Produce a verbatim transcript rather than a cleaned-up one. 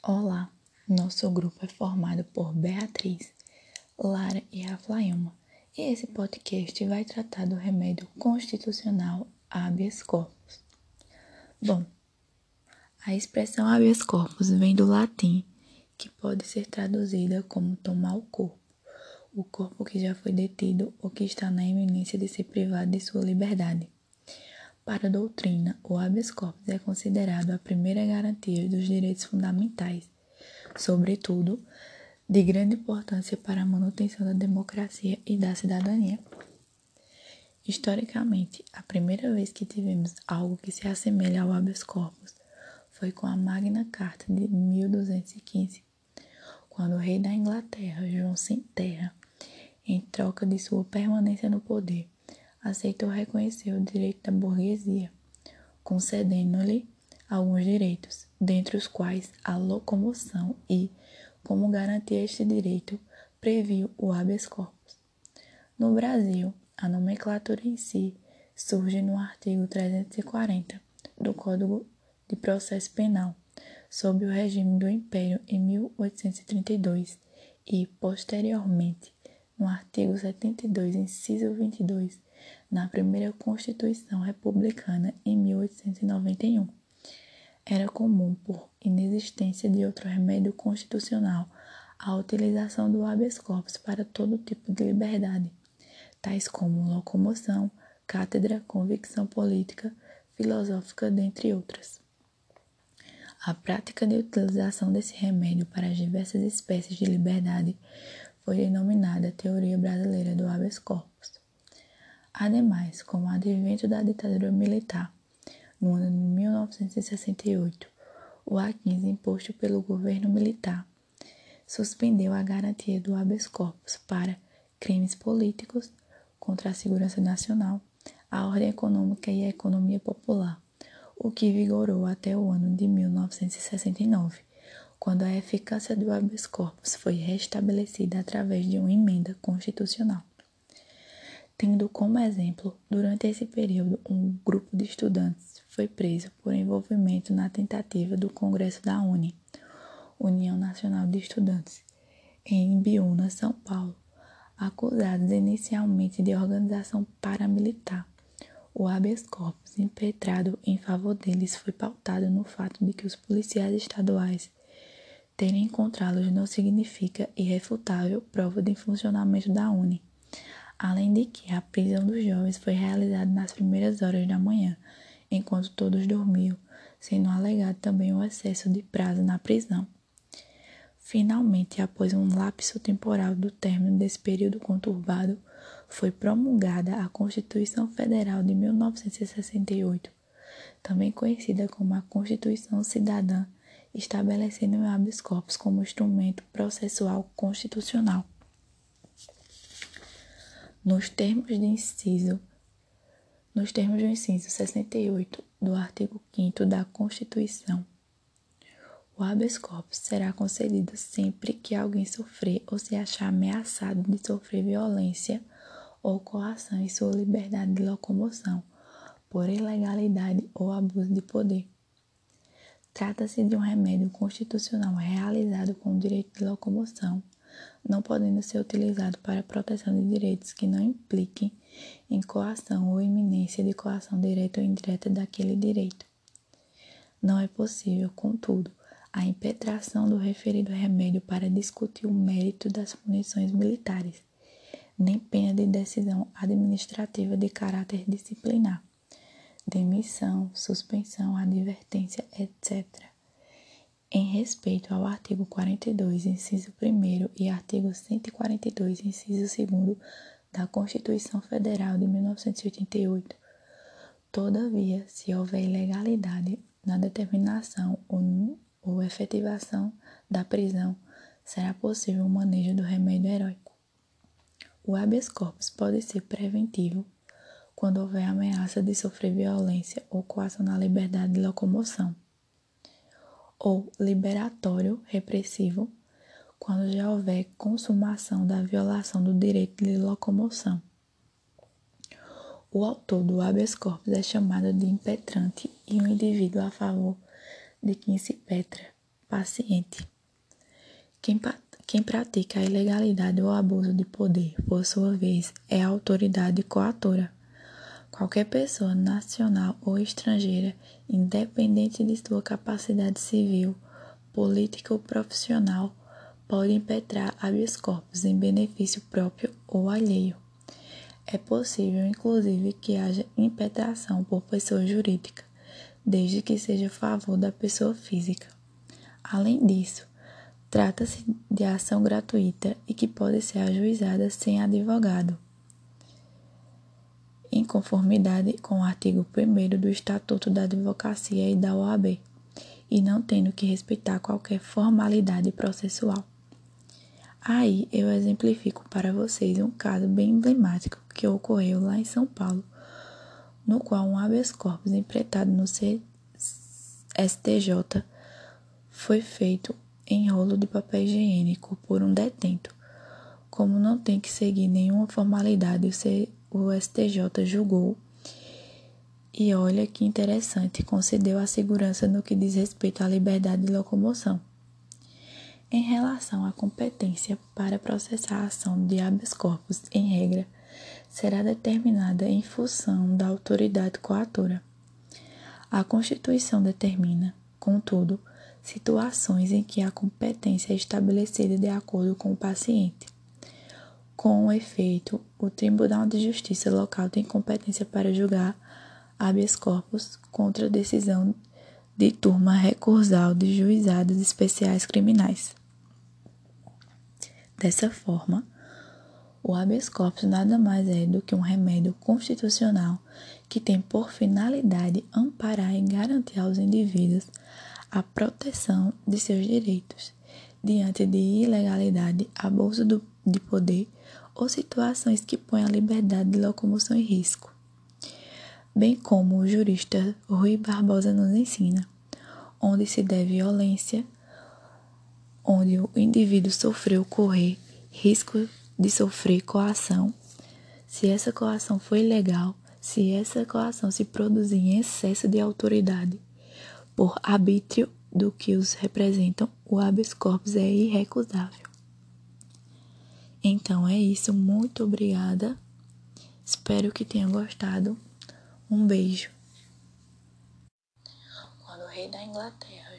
Olá, nosso grupo é formado por Beatriz, Lara e Aflailma, e esse podcast vai tratar do remédio constitucional habeas corpus. Bom, a expressão habeas corpus vem do latim, que pode ser traduzida como tomar o corpo, o corpo que já foi detido ou que está na iminência de ser privado de sua liberdade. Para a doutrina, o habeas corpus é considerado a primeira garantia dos direitos fundamentais, sobretudo, de grande importância para a manutenção da democracia e da cidadania. Historicamente, a primeira vez que tivemos algo que se assemelha ao habeas corpus foi com a Magna Carta de mil duzentos e quinze, quando o rei da Inglaterra, João Sem Terra, em troca de sua permanência no poder, aceitou reconhecer o direito da burguesia, concedendo-lhe alguns direitos, dentre os quais a locomoção e, como garantia este direito, previu o habeas corpus. No Brasil, a nomenclatura em si surge no artigo trezentos e quarenta do Código de Processo Penal, sob o regime do Império em mil oitocentos e trinta e dois e, posteriormente, no artigo setenta e dois, inciso vinte e dois, na primeira Constituição Republicana em mil oitocentos e noventa e um. Era comum, por inexistência de outro remédio constitucional, a utilização do habeas corpus para todo tipo de liberdade, tais como locomoção, cátedra, convicção política, filosófica, dentre outras. A prática de utilização desse remédio para as diversas espécies de liberdade foi denominada Teoria Brasileira do Habeas Corpus. Ademais, com o advento da ditadura militar, no ano de mil novecentos e sessenta e oito, o A quinze, imposto pelo governo militar, suspendeu a garantia do habeas corpus para crimes políticos, contra a segurança nacional, a ordem econômica e a economia popular, o que vigorou até o ano de mil novecentos e sessenta e nove, quando a eficácia do habeas corpus foi restabelecida através de uma emenda constitucional. Tendo como exemplo, durante esse período, um grupo de estudantes foi preso por envolvimento na tentativa do Congresso da U N E, União Nacional de Estudantes, em Ibiúna, São Paulo, acusados inicialmente de organização paramilitar. O habeas corpus impetrado em favor deles foi pautado no fato de que os policiais estaduais terem encontrá-los não significa irrefutável prova de funcionamento da U N E, além de que a prisão dos jovens foi realizada nas primeiras horas da manhã, enquanto todos dormiam, sendo alegado também o excesso de prazo na prisão. Finalmente, após um lapso temporal do término desse período conturbado, foi promulgada a Constituição Federal de mil novecentos e sessenta e oito, também conhecida como a Constituição Cidadã, estabelecendo o habeas corpus como instrumento processual constitucional. Nos termos de inciso, nos termos do inciso sessenta e oito do artigo quinto da Constituição, o habeas corpus será concedido sempre que alguém sofrer ou se achar ameaçado de sofrer violência ou coação em sua liberdade de locomoção, por ilegalidade ou abuso de poder. Trata-se de um remédio constitucional realizado com o direito de locomoção, não podendo ser utilizado para a proteção de direitos que não impliquem em coação ou iminência de coação direta ou indireta daquele direito. Não é possível, contudo, a impetração do referido remédio para discutir o mérito das punições militares, nem pena de decisão administrativa de caráter disciplinar, demissão, suspensão, advertência, etcétera, em respeito ao artigo quarenta e dois, inciso primeiro e artigo cento e quarenta e dois, inciso segundo da Constituição Federal de mil novecentos e oitenta e oito. Todavia, se houver ilegalidade na determinação ou, ou efetivação da prisão, será possível o manejo do remédio heróico. O habeas corpus pode ser preventivo quando houver ameaça de sofrer violência ou coação na liberdade de locomoção, ou liberatório repressivo quando já houver consumação da violação do direito de locomoção. O autor do habeas corpus é chamado de impetrante e o indivíduo a favor de quem se impetra paciente. Quem, quem pratica a ilegalidade ou abuso de poder, por sua vez, é a autoridade coatora. Qualquer pessoa nacional ou estrangeira, independente de sua capacidade civil, política ou profissional, pode impetrar habeas corpus em benefício próprio ou alheio. É possível, inclusive, que haja impetração por pessoa jurídica, desde que seja a favor da pessoa física. Além disso, trata-se de ação gratuita e que pode ser ajuizada sem advogado, em conformidade com o artigo primeiro do Estatuto da Advocacia e da O A B, e não tendo que respeitar qualquer formalidade processual. Aí eu exemplifico para vocês um caso bem emblemático que ocorreu lá em São Paulo, no qual um habeas corpus empretado no S T J foi feito em rolo de papel higiênico por um detento. Como não tem que seguir nenhuma formalidade, o S T J julgou, e olha que interessante, concedeu a segurança no que diz respeito à liberdade de locomoção. Em relação à competência para processar a ação de habeas corpus, em regra, será determinada em função da autoridade coatora. A Constituição determina, contudo, situações em que a competência é estabelecida de acordo com o paciente. Com efeito, o Tribunal de Justiça local tem competência para julgar habeas corpus contra a decisão de turma recursal de juizados especiais criminais. Dessa forma, o habeas corpus nada mais é do que um remédio constitucional que tem por finalidade amparar e garantir aos indivíduos a proteção de seus direitos diante de ilegalidade, abuso do, de poder ou situações que põem a liberdade de locomoção em risco. Bem como o jurista Rui Barbosa nos ensina, onde se der violência, onde o indivíduo sofreu correr risco de sofrer coação, se essa coação foi ilegal, se essa coação se produzir em excesso de autoridade, por arbítrio do que os representam, o habeas corpus é irrecusável. Então é isso, muito obrigada, espero que tenham gostado, um beijo. Quando o rei da Inglaterra,